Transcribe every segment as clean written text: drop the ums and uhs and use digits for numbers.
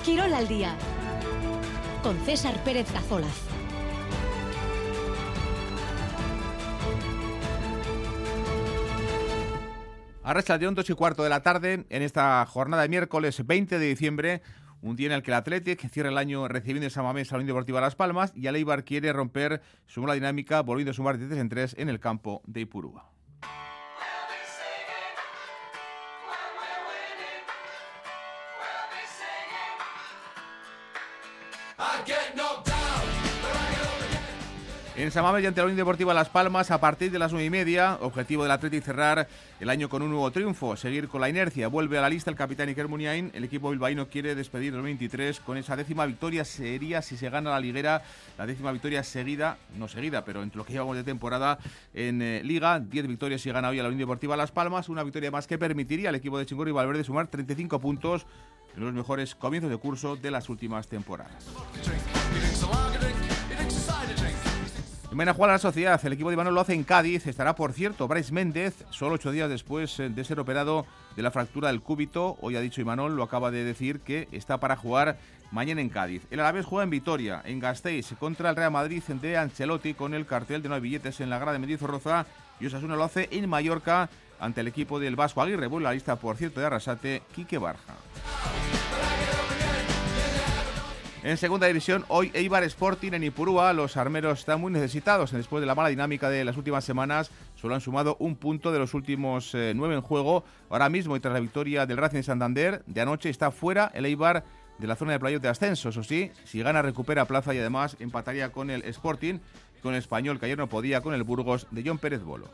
Quirol al día, con César Pérez Cazolaz. Arratsaldeon, 2:15 de la tarde, en esta jornada de miércoles 20 de diciembre, un día en el que el Athletic cierra el año recibiendo en San Mamés a la Unión Deportiva Las Palmas y el Eibar quiere romper su mala dinámica volviendo a sumar de 3 en 3 en el campo de Ipurúa. En San Mamés y ante la Unión Deportiva Las Palmas, a partir de las 9:30, objetivo del Athletic cerrar el año con un nuevo triunfo, seguir con la inercia. Vuelve a la lista el capitán Iker Muniain. El equipo bilbaíno quiere despedir el 23 con esa 10ª victoria. Sería, si se gana la liguera, la 10ª victoria seguida, no seguida, pero entre lo que llevamos de temporada en Liga. 10 victorias si gana hoy a la Unión Deportiva Las Palmas. Una victoria más que permitiría al equipo de Chingurri Valverde sumar 35 puntos en los mejores comienzos de curso de las últimas temporadas. Mañana juega la Sociedad, el equipo de Imanol lo hace en Cádiz. Estará, por cierto, Brais Méndez, solo 8 días después de ser operado de la fractura del cúbito. Hoy ha dicho Imanol, lo acaba de decir, que está para jugar mañana en Cádiz. El Alavés juega en Vitoria, en Gasteiz, contra el Real Madrid de Ancelotti, con el cartel de no hay billetes en la grada de Mendizorroza. Y Osasuna lo hace en Mallorca, ante el equipo del Vasco Aguirre. Vuelve a la lista, por cierto, de Arrasate, Quique Barja. En segunda división, hoy Eibar Sporting en Ipurúa. Los armeros están muy necesitados. Después de la mala dinámica de las últimas semanas, solo han sumado un punto de los últimos 9 en juego. Ahora mismo, y tras la victoria del Racing de Santander de anoche, está fuera el Eibar de la zona de playoff de ascenso. Eso sí, si gana recupera plaza y además empataría con el Sporting, con el Español, que ayer no podía, con el Burgos de Jon Pérez Bolo.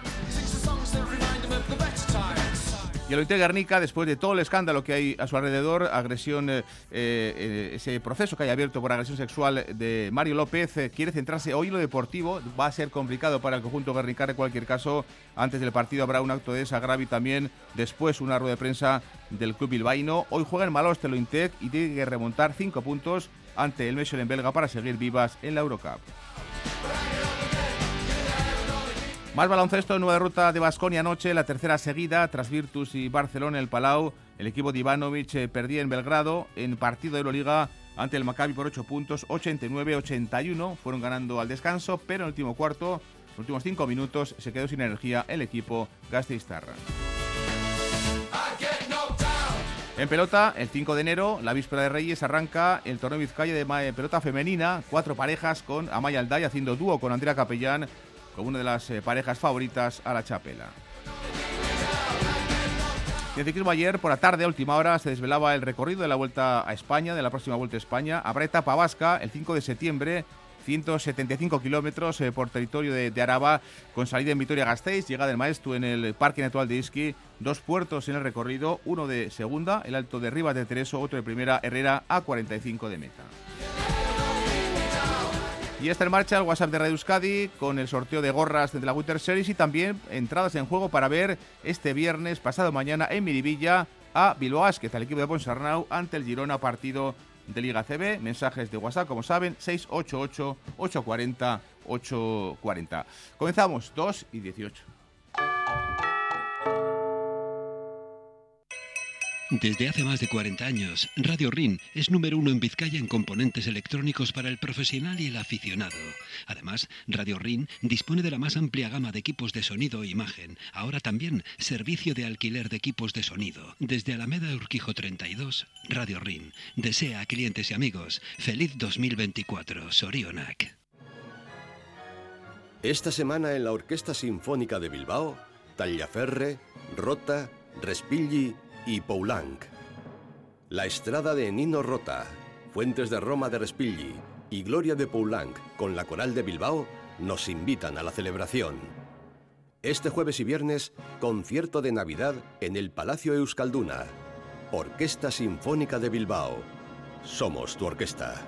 Y el Ointe Guernica, después de todo el escándalo que hay a su alrededor, agresión, ese proceso que hay abierto por agresión sexual de Mario López, quiere centrarse hoy en lo deportivo. Va a ser complicado para el conjunto guernicar. En cualquier caso, antes del partido habrá un acto de desagravio y también después una rueda de prensa del club bilbaíno. Hoy juega en Maloste el Ointe y tiene que remontar 5 puntos ante el Mechelen belga para seguir vivas en la Eurocup. Más baloncesto, nueva derrota de Baskonia anoche, la tercera seguida, tras Virtus y Barcelona en el Palau. El equipo de Ivanovic perdía en Belgrado en partido de Euroliga ante el Maccabi por 8 puntos, 89-81. Fueron ganando al descanso, pero en el último cuarto, los últimos 5 minutos, se quedó sin energía el equipo gasteiztarra. En pelota, el 5 de enero, la víspera de Reyes, arranca el torneo Vizcaya de pelota femenina. 4 parejas con Amaya Alday haciendo dúo con Andrea Capellán, con una de las parejas favoritas a la chapela. Y en ciclismo, ayer por la tarde, a última hora, se desvelaba el recorrido de la Vuelta a España, de la próxima Vuelta a España. Habrá etapa vasca el 5 de septiembre, 175 kilómetros por territorio de Araba, con salida en Vitoria-Gasteiz, llegada del Maeztu en el Parque Natural de Izqui. 2 puertos en el recorrido, uno de segunda, el Alto de Ribas de Tereso, otro de primera, Herrera, a 45 de meta. Y está en marcha el WhatsApp de Radio Euskadi con el sorteo de gorras de la Winter Series y también entradas en juego para ver este viernes, pasado mañana, en Miribilla a Bilbao Basket, al equipo de Ponsarnau, ante el Girona, partido de Liga CB. Mensajes de WhatsApp, como saben, 688-840-840. Comenzamos, 2:18. Desde hace más de 40 años, Radio RIN es número 1 en Vizcaya en componentes electrónicos para el profesional y el aficionado. Además, Radio RIN dispone de la más amplia gama de equipos de sonido e imagen. Ahora también servicio de alquiler de equipos de sonido. Desde Alameda Urquijo 32, Radio RIN desea a clientes y amigos feliz 2024. Sorionak. Esta semana en la Orquesta Sinfónica de Bilbao, Tallaferre, Rota, Respighi y Poulenc. La Estrada de Nino Rota, Fuentes de Roma de Respighi y Gloria de Poulenc con la Coral de Bilbao nos invitan a la celebración. Este jueves y viernes, concierto de Navidad en el Palacio Euskalduna. Orquesta Sinfónica de Bilbao. Somos tu orquesta.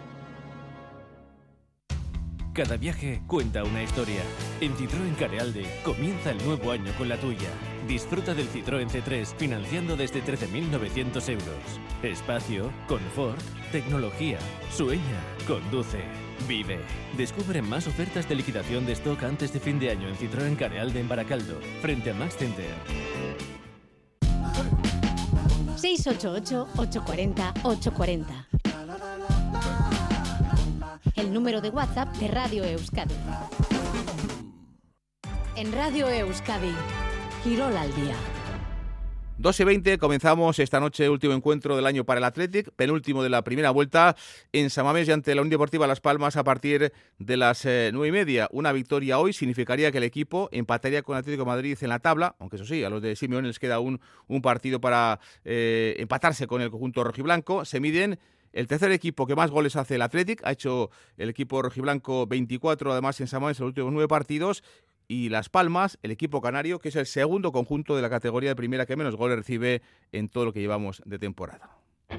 Cada viaje cuenta una historia. En Citroën Carealde comienza el nuevo año con la tuya. Disfruta del Citroën C3 financiando desde 13.900 euros. Espacio, confort, tecnología. Sueña, conduce, vive. Descubre más ofertas de liquidación de stock antes de fin de año en Citroën Carealde en Baracaldo, frente a Max Center. 688-840-840. El número de WhatsApp de Radio Euskadi. En Radio Euskadi, Quirol al día. 2:20, comenzamos esta noche, último encuentro del año para el Athletic, penúltimo de la primera vuelta en San Mamés y ante la Unión Deportiva Las Palmas a partir de las 9:30. Una victoria hoy significaría que el equipo empataría con el Atlético de Madrid en la tabla, aunque eso sí, a los de Simeone les queda un partido para empatarse con el conjunto rojiblanco. Se miden el tercer equipo que más goles hace el Athletic, ha hecho el equipo rojiblanco 24 además en San Mamés en los últimos 9 partidos. Y Las Palmas, el equipo canario, que es el segundo conjunto de la categoría de primera que menos goles recibe en todo lo que llevamos de temporada.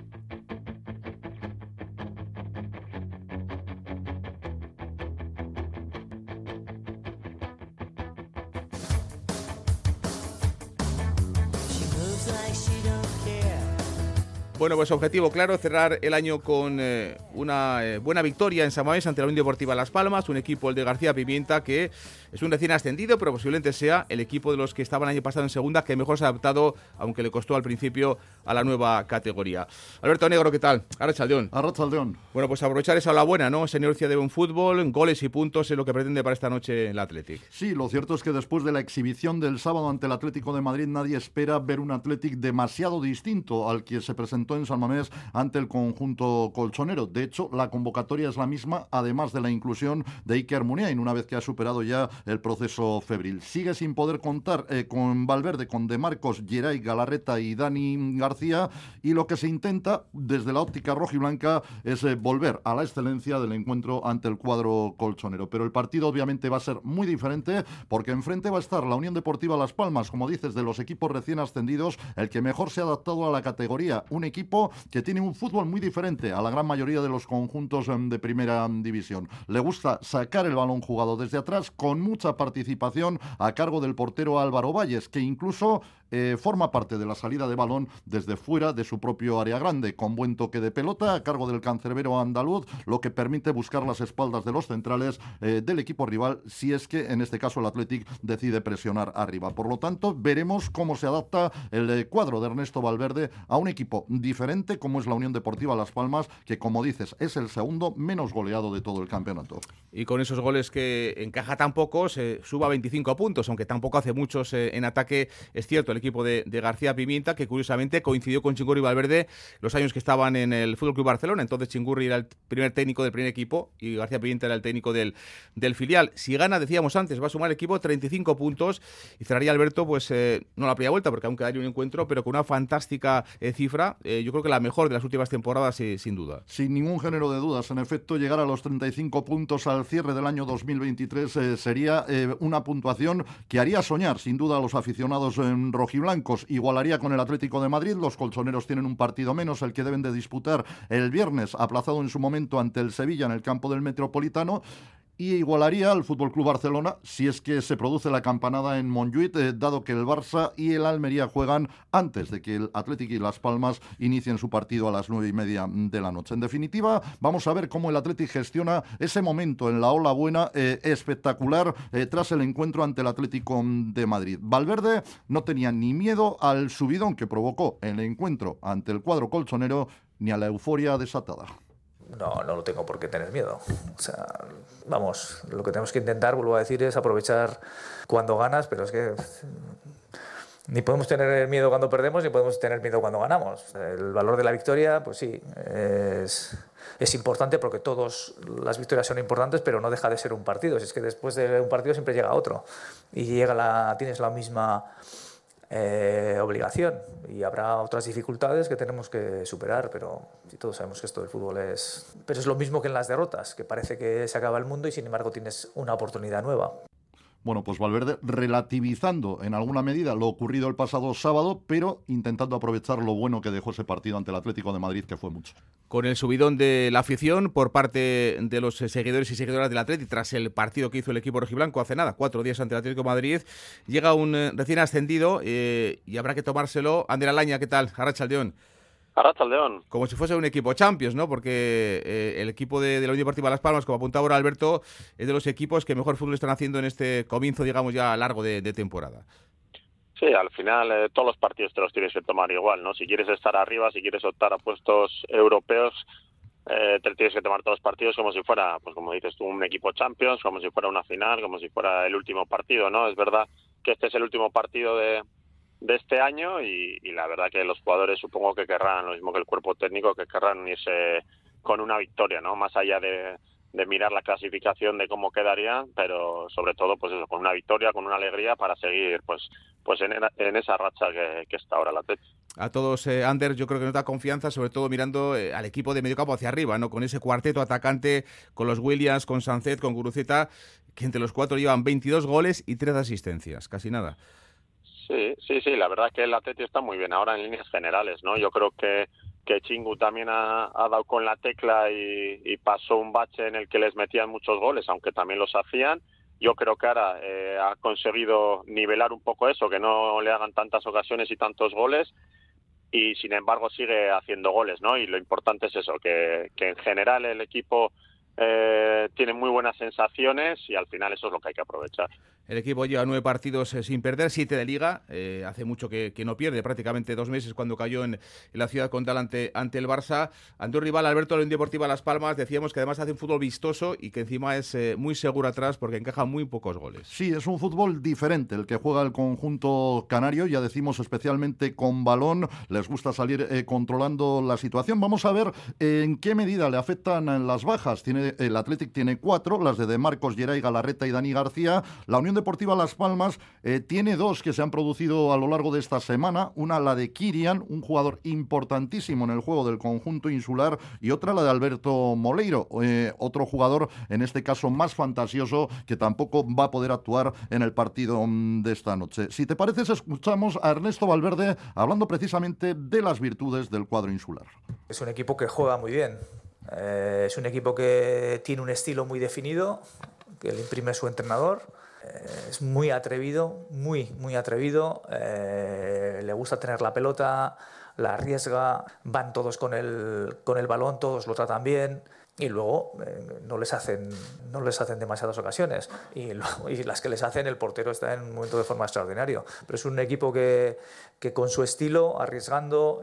Bueno, pues objetivo claro, cerrar el año con una buena victoria en San Mamés ante la Unión Deportiva Las Palmas, un equipo, el de García Pimienta, que es un recién ascendido, pero posiblemente sea el equipo de los que estaban el año pasado en segunda, que mejor se ha adaptado, aunque le costó al principio, a la nueva categoría. Alberto Negro, ¿qué tal? Arratsaldeon. Arratsaldeon. Bueno, pues aprovechar esa ola buena, ¿no? Esa inercia de buen fútbol, goles y puntos es lo que pretende para esta noche el Athletic. Sí, lo cierto es que después de la exhibición del sábado ante el Atlético de Madrid, nadie espera ver un Athletic demasiado distinto al que se presentó en San Mamés ante el conjunto colchonero. De hecho, la convocatoria es la misma, además de la inclusión de Iker Muniain, una vez que ha superado ya el proceso febril. Sigue sin poder contar con Valverde, con De Marcos, Geray, Galarreta y Dani García, y lo que se intenta desde la óptica rojiblanca es volver a la excelencia del encuentro ante el cuadro colchonero. Pero el partido obviamente va a ser muy diferente, porque enfrente va a estar la Unión Deportiva Las Palmas, como dices, de los equipos recién ascendidos, el que mejor se ha adaptado a la categoría, un equipo que tiene un fútbol muy diferente a la gran mayoría de los conjuntos de primera división. Le gusta sacar el balón jugado desde atrás, con mucha participación a cargo del portero Álvaro Valles, que incluso forma parte de la salida de balón desde fuera de su propio área grande, con buen toque de pelota a cargo del cancerbero andaluz, lo que permite buscar las espaldas de los centrales del equipo rival, si es que en este caso el Athletic decide presionar arriba. Por lo tanto, veremos cómo se adapta el cuadro de Ernesto Valverde a un equipo diferente como es la Unión Deportiva Las Palmas, que como dices es el segundo menos goleado de todo el campeonato. Y con esos goles que encaja tan poco, se suba a 25 puntos, aunque tampoco hace muchos en ataque, es cierto, el equipo de García Pimienta, que curiosamente coincidió con Chingurri y Valverde los años que estaban en el FC Barcelona. Entonces Chingurri era el primer técnico del primer equipo y García Pimienta era el técnico del filial. Si gana, decíamos antes, va a sumar el equipo 35 puntos y cerraría Alberto, pues no la primera vuelta, porque aún quedaría un encuentro, pero con una fantástica cifra, yo creo que la mejor de las últimas temporadas, sin duda. Sin ningún género de dudas. En efecto, llegar a los 35 puntos al cierre del año 2023 sería una puntuación que haría soñar, sin duda, a los aficionados rojiblancos. Igualaría con el Atlético de Madrid. Los colchoneros tienen un partido menos, el que deben de disputar el viernes, aplazado en su momento ante el Sevilla en el campo del Metropolitano. Y igualaría al FC Barcelona si es que se produce la campanada en Montjuïc, dado que el Barça y el Almería juegan antes de que el Athletic y Las Palmas inicien su partido a las 9:30 de la noche. En definitiva, vamos a ver cómo el Athletic gestiona ese momento en la ola buena espectacular tras el encuentro ante el Atlético de Madrid. Valverde no tenía ni miedo al subidón que provocó el encuentro ante el cuadro colchonero, ni a la euforia desatada. No lo tengo por qué tener miedo. O sea, vamos, lo que tenemos que intentar, vuelvo a decir, es aprovechar cuando ganas, pero es que ni podemos tener miedo cuando perdemos, ni podemos tener miedo cuando ganamos. El valor de la victoria, pues sí, es importante porque todas las victorias son importantes, pero no deja de ser un partido. Si es que después de un partido siempre llega otro y tienes la misma obligación y habrá otras dificultades que tenemos que superar, pero sí, todos sabemos que esto del fútbol es lo mismo que en las derrotas, que parece que se acaba el mundo y sin embargo tienes una oportunidad nueva. Bueno, pues Valverde relativizando en alguna medida lo ocurrido el pasado sábado, pero intentando aprovechar lo bueno que dejó ese partido ante el Atlético de Madrid, que fue mucho. Con el subidón de la afición por parte de los seguidores y seguidoras del Atlético tras el partido que hizo el equipo rojiblanco hace nada, 4 días ante el Atlético de Madrid, llega un recién ascendido y habrá que tomárselo. Ander Alaña, ¿qué tal? Arratsaldeon. Arratsaldeon. Como si fuese un equipo Champions, ¿no? Porque el equipo de la Unión Deportiva Las Palmas, como apuntaba ahora Alberto, es de los equipos que mejor fútbol están haciendo en este comienzo, digamos, ya largo de temporada. Sí, al final todos los partidos te los tienes que tomar igual, ¿no? Si quieres estar arriba, si quieres optar a puestos europeos, te tienes que tomar todos los partidos como si fuera, pues como dices tú, un equipo Champions, como si fuera una final, como si fuera el último partido, ¿no? Es verdad que este es el último partido de este año y la verdad que los jugadores supongo que querrán, lo mismo que el cuerpo técnico, que querrán irse con una victoria, ¿no? Más allá de mirar la clasificación de cómo quedarían, pero sobre todo pues eso, con una victoria, con una alegría para seguir pues en esa racha que está ahora la Atleti. A todos, Ander, yo creo que nos da confianza, sobre todo mirando al equipo de mediocampo hacia arriba, ¿no? Con ese cuarteto atacante, con los Williams, con Sánchez, con Guruceta, que entre los cuatro llevan 22 goles y 13 asistencias, casi nada. Sí, la verdad que el Atleti está muy bien ahora en líneas generales, ¿no? Yo creo que Chingu también ha dado con la tecla y pasó un bache en el que les metían muchos goles, aunque también los hacían. Yo creo que ahora ha conseguido nivelar un poco eso, que no le hagan tantas ocasiones y tantos goles, y sin embargo sigue haciendo goles, ¿no? Y lo importante es eso, que en general el equipo tiene muy buenas sensaciones y al final eso es lo que hay que aprovechar. El equipo lleva 9 partidos sin perder, 7 de Liga. Hace mucho que no pierde, prácticamente 2 meses cuando cayó en la ciudad condal ante el Barça. Ante un rival, Alberto, la Unión Deportiva Las Palmas, decíamos que además hace un fútbol vistoso y que encima es muy seguro atrás porque encaja muy pocos goles. Sí, es un fútbol diferente el que juega el conjunto canario, ya decimos especialmente con balón. Les gusta salir controlando la situación. Vamos a ver en qué medida le afectan las bajas. El Athletic tiene 4, las de Marcos, Geray, Galarreta y Dani García. La Unión Deportiva Las Palmas tiene 2 que se han producido a lo largo de esta semana. Una, la de Kirian, un jugador importantísimo en el juego del conjunto insular, y otra, la de Alberto Moleiro, otro jugador, en este caso más fantasioso, que tampoco va a poder actuar en el partido de esta noche. Si te parece, escuchamos a Ernesto Valverde hablando precisamente de las virtudes del cuadro insular. Es un equipo que juega muy bien. Es un equipo que tiene un estilo muy definido, que le imprime su entrenador. Es muy atrevido, muy atrevido. Le gusta tener la pelota, la arriesga, van todos con el balón, todos lo tratan bien. Y luego no les hacen demasiadas ocasiones. Y las que les hacen, el portero está en un momento de forma extraordinario. Pero es un equipo que con su estilo, arriesgando,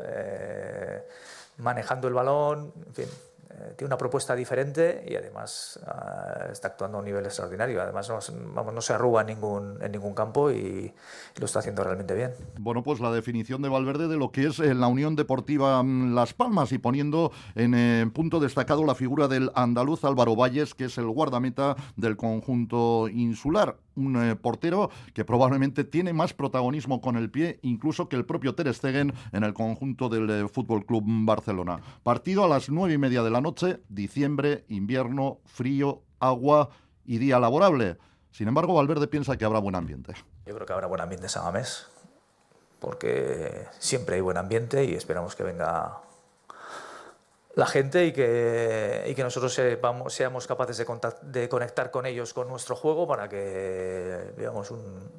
manejando el balón, en fin, tiene una propuesta diferente y además está actuando a un nivel extraordinario. Además no se arruga en ningún campo y lo está haciendo realmente bien. Bueno, pues la definición de Valverde de lo que es la Unión Deportiva Las Palmas, y poniendo en punto destacado la figura del andaluz Álvaro Valles, que es el guardameta del conjunto insular. Un portero que probablemente tiene más protagonismo con el pie incluso que el propio Ter Stegen en el conjunto del FC Barcelona. Partido a las 9:30 de la noche, diciembre, invierno, frío, agua y día laborable. Sin embargo, Valverde piensa que habrá buen ambiente. Yo creo que habrá buen ambiente en San Mamés, porque siempre hay buen ambiente y esperamos que venga la gente y que nosotros seamos capaces de conectar con ellos con nuestro juego para que veamos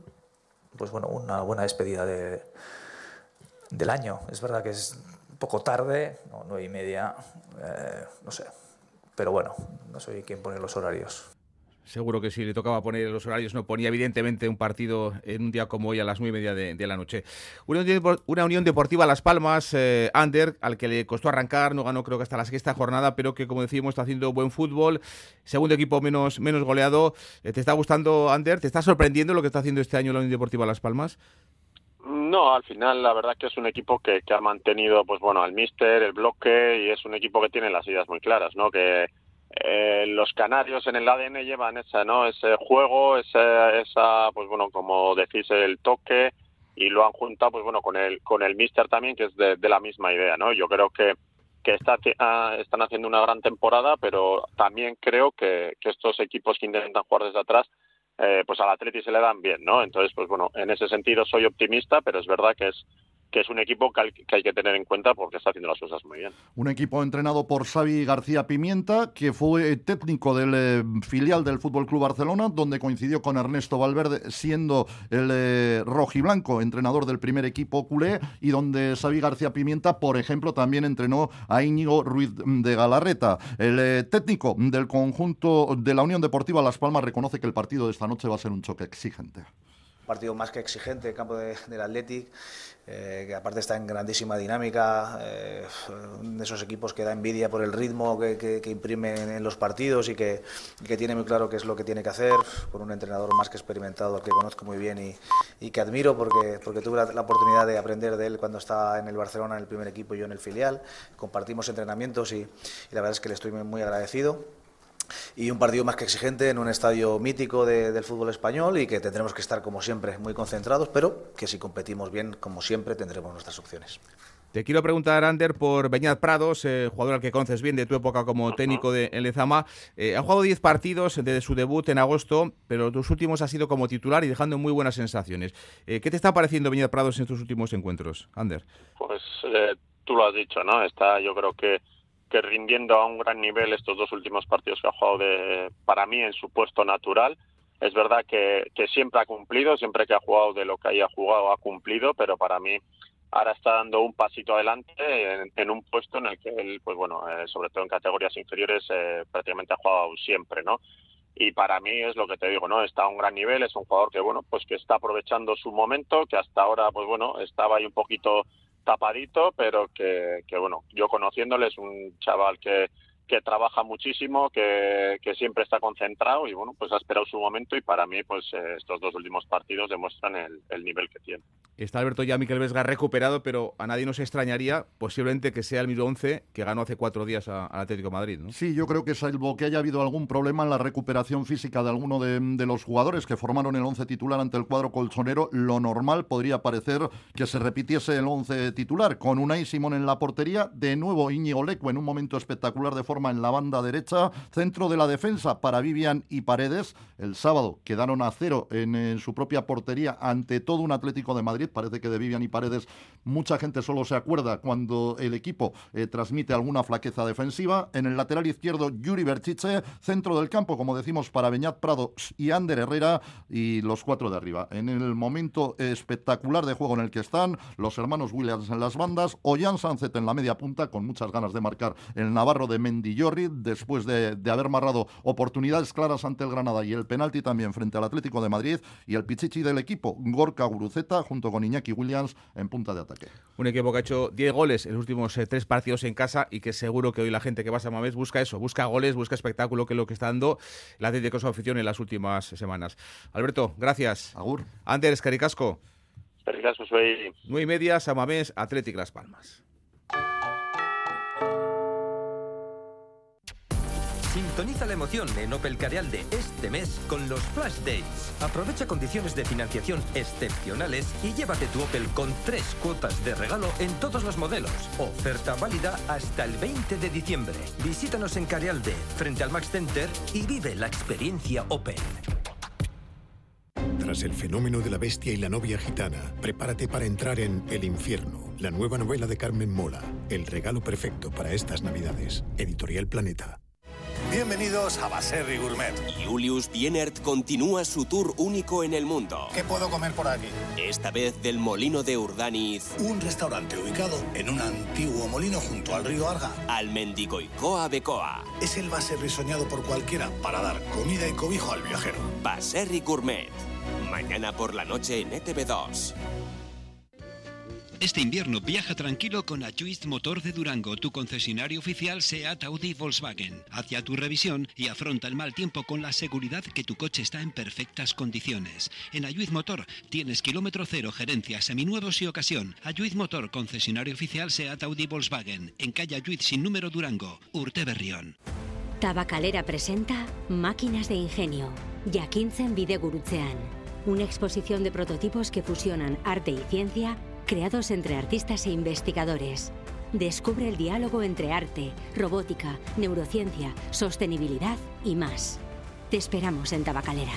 una buena despedida del año. Es verdad que es un poco tarde, 9:30, no sé, pero bueno, no soy quien pone los horarios. Seguro que si le tocaba poner los horarios no ponía evidentemente un partido en un día como hoy a las 9:30 de la noche. Una Unión Deportiva Las Palmas, Ander, al que le costó arrancar, no ganó creo que hasta la 6ª jornada, pero que como decimos está haciendo buen fútbol, segundo equipo menos goleado. ¿Te está gustando, Ander? ¿Te está sorprendiendo lo que está haciendo este año la Unión Deportiva Las Palmas? No, al final la verdad que es un equipo que ha mantenido al míster, el bloque, y es un equipo que tiene las ideas muy claras, ¿no? Que los canarios en el ADN llevan ese juego, esa como decís, el toque, y lo han juntado con el míster también, que es de la misma idea, ¿no? Yo creo que están haciendo una gran temporada, pero también creo que estos equipos que intentan jugar desde atrás al Atleti se le dan bien, ¿no? Entonces, en ese sentido soy optimista, pero es verdad que es un equipo que hay que tener en cuenta porque está haciendo las cosas muy bien. Un equipo entrenado por Xavi García Pimienta, que fue técnico del filial del FC Barcelona, donde coincidió con Ernesto Valverde, siendo el rojiblanco entrenador del primer equipo culé, y donde Xavi García Pimienta, por ejemplo, también entrenó a Íñigo Ruiz de Galarreta. El técnico del conjunto de la Unión Deportiva Las Palmas reconoce que el partido de esta noche va a ser un choque exigente. partido más que exigente, el campo del Athletic, que aparte está en grandísima dinámica, de esos equipos que da envidia por el ritmo que imprimen en los partidos y que tiene muy claro qué es lo que tiene que hacer, con un entrenador más que experimentado, al que conozco muy bien y que admiro porque tuve la oportunidad de aprender de él cuando estaba en el Barcelona, en el primer equipo, y yo en el filial. Compartimos entrenamientos y la verdad es que le estoy muy agradecido. Y un partido más que exigente en un estadio mítico del fútbol español, y que tendremos que estar como siempre muy concentrados, pero que si competimos bien, como siempre, tendremos nuestras opciones. Te quiero preguntar, Ander, por Beñat Prados, jugador al que conoces bien de tu época como técnico de Lezama. Ha jugado 10 partidos desde su debut en agosto, pero los últimos ha sido como titular y dejando muy buenas sensaciones. ¿Qué te está pareciendo Beñat Prados en estos últimos encuentros, Ander? Pues tú lo has dicho, ¿no? Está, yo creo que rindiendo a un gran nivel estos 2 últimos partidos que ha jugado para mí en su puesto natural. Es verdad que siempre ha cumplido, siempre que ha jugado de lo que haya jugado ha cumplido, pero para mí ahora está dando un pasito adelante en un puesto en el que él, pues bueno, sobre todo en categorías inferiores, prácticamente ha jugado siempre, ¿no? Y para mí es lo que te digo, ¿no? Está a un gran nivel, es un jugador que, bueno, pues que está aprovechando su momento, que hasta ahora, pues bueno, estaba ahí un poquito tapadito, pero que bueno, yo conociéndole es un chaval que trabaja muchísimo, que siempre está concentrado y bueno, pues ha esperado su momento, y para mí pues estos 2 últimos partidos demuestran el nivel que tiene. Está Alberto ya Miquel Vesga recuperado, pero a nadie nos extrañaría posiblemente que sea el mismo 11 que ganó hace 4 días al Atlético de Madrid, ¿no? Sí, yo creo que salvo que haya habido algún problema en la recuperación física de alguno de los jugadores que formaron el 11 titular ante el cuadro colchonero, lo normal podría parecer que se repitiese el 11 titular, con Unai Simón en la portería, de nuevo Íñigo Lecu en un momento espectacular de forma en la banda derecha, centro de la defensa para Vivian y Paredes. El sábado quedaron a 0 en su propia portería ante todo un Atlético de Madrid. Parece que de Vivian y Paredes mucha gente solo se acuerda cuando el equipo transmite alguna flaqueza defensiva. En el lateral izquierdo, Yuri Berchiche, centro del campo, como decimos, para Beñat Prados y Ander Herrera, y los 4 de arriba. En el momento espectacular de juego en el que están los hermanos Williams en las bandas, Ollán Sánchez en la media punta, con muchas ganas de marcar el navarro de Mendillorri, después de haber marrado oportunidades claras ante el Granada y el penalti también frente al Atlético de Madrid, y el pichichi del equipo, Gorka Guruceta, junto con Iñaki Williams en punta de ataque. Un equipo que ha hecho 10 goles en los últimos 3 partidos en casa, y que seguro que hoy la gente que va a San Mamés busca eso, busca goles, busca espectáculo, que es lo que está dando el Atlético a su afición en las últimas semanas. Alberto, gracias. Agur. Ander, eskerrik asko. Eskerrik asko zuei. 9:30, San Mamés, Athletic Las Palmas. Sintoniza la emoción en Opel Carealde este mes con los Flash Days. Aprovecha condiciones de financiación excepcionales y llévate tu Opel con 3 cuotas de regalo en todos los modelos. Oferta válida hasta el 20 de diciembre. Visítanos en Carealde, frente al Max Center, y vive la experiencia Opel. Tras el fenómeno de la bestia y la novia gitana, prepárate para entrar en El Infierno, la nueva novela de Carmen Mola. El regalo perfecto para estas Navidades. Editorial Planeta. Bienvenidos a Baserri Gourmet. Julius Bienert continúa su tour único en el mundo. ¿Qué puedo comer por aquí? Esta vez del Molino de Urdaniz. Un restaurante ubicado en un antiguo molino junto al río Arga. Al Mendigoicoa Becoa. Es el Baserri soñado por cualquiera para dar comida y cobijo al viajero. Baserri Gourmet. Mañana por la noche en ETV2. Este invierno viaja tranquilo con Ayuiz Motor de Durango, tu concesionario oficial SEAT, Audi y Volkswagen. Haz ya tu revisión y afronta el mal tiempo con la seguridad que tu coche está en perfectas condiciones. En Ayuiz Motor tienes kilómetro cero, gerencia, seminuevos y ocasión. Ayuiz Motor, concesionario oficial SEAT, Audi y Volkswagen. En calle Ayuiz sin número, Durango, Urte Berrión. Tabacalera presenta Máquinas de Ingenio, Jakintzen Bidegurutzean. Una exposición de prototipos que fusionan arte y ciencia, creados entre artistas e investigadores. Descubre el diálogo entre arte, robótica, neurociencia, sostenibilidad y más. Te esperamos en Tabacalera.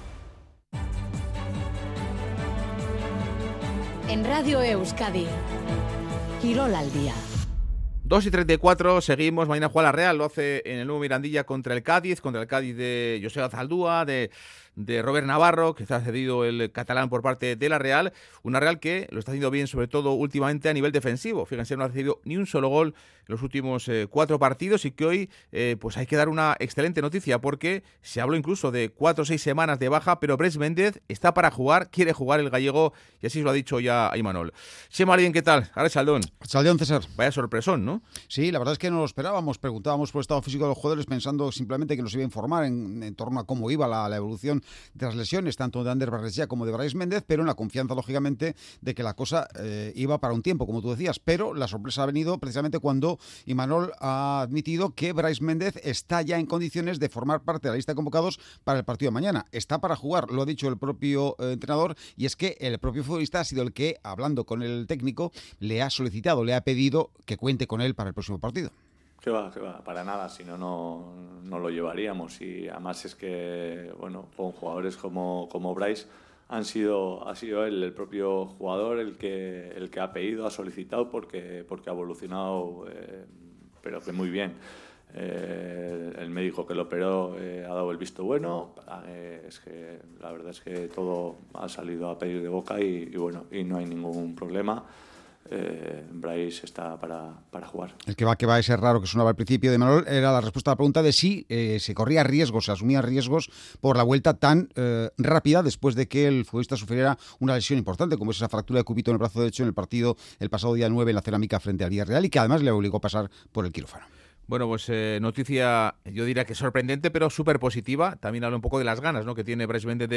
En Radio Euskadi, Quirol al día. 2:34, seguimos. Mañana juega la Real, lo hace en el nuevo Mirandilla contra el Cádiz de José Azaldúa, de de Robert Navarro, que está cedido el catalán por parte de la Real. Una Real que lo está haciendo bien, sobre todo últimamente a nivel defensivo. Fíjense, no ha recibido ni un solo gol en los últimos 4 partidos y que hoy pues hay que dar una excelente noticia porque se habló incluso de 4 o 6 semanas de baja, pero Brais Méndez está para jugar, quiere jugar el gallego y así lo ha dicho ya Imanol. Chema Marín, ¿qué tal? Ahora Chaldón. Chaldón, César. Vaya sorpresón, ¿no? Sí, la verdad es que no lo esperábamos. Preguntábamos por el estado físico de los jugadores pensando simplemente que nos iba a informar en torno a cómo iba la evolución de las lesiones, tanto de Ander Barrenechea como de Brais Méndez, pero en la confianza, lógicamente, de que la cosa iba para un tiempo, como tú decías. Pero la sorpresa ha venido precisamente cuando Imanol ha admitido que Brais Méndez está ya en condiciones de formar parte de la lista de convocados para el partido de mañana. Está para jugar, lo ha dicho el propio entrenador, y es que el propio futbolista ha sido el que, hablando con el técnico, le ha solicitado, le ha pedido que cuente con él para el próximo partido. Que va, para nada, si no, no lo llevaríamos. Y además es que, bueno, con jugadores como Brais ha sido él, el propio jugador, el que ha pedido, ha solicitado, porque ha evolucionado, pero que muy bien. El médico que lo operó ha dado el visto bueno. Es que la verdad es que todo ha salido a pedir de boca y bueno, y no hay ningún problema. Brais está para jugar. El que va ese raro que sonaba al principio de Imanol era la respuesta a la pregunta de si se corría riesgos, se asumía riesgos por la vuelta tan rápida después de que el futbolista sufriera una lesión importante, como es esa fractura de cúbito en el brazo derecho en el partido el pasado día 9 en la Cerámica frente al Villarreal y que además le obligó a pasar por el quirófano. Bueno, pues noticia, yo diría que sorprendente, pero súper positiva. También habla un poco de las ganas, ¿no?, que tiene Brais Méndez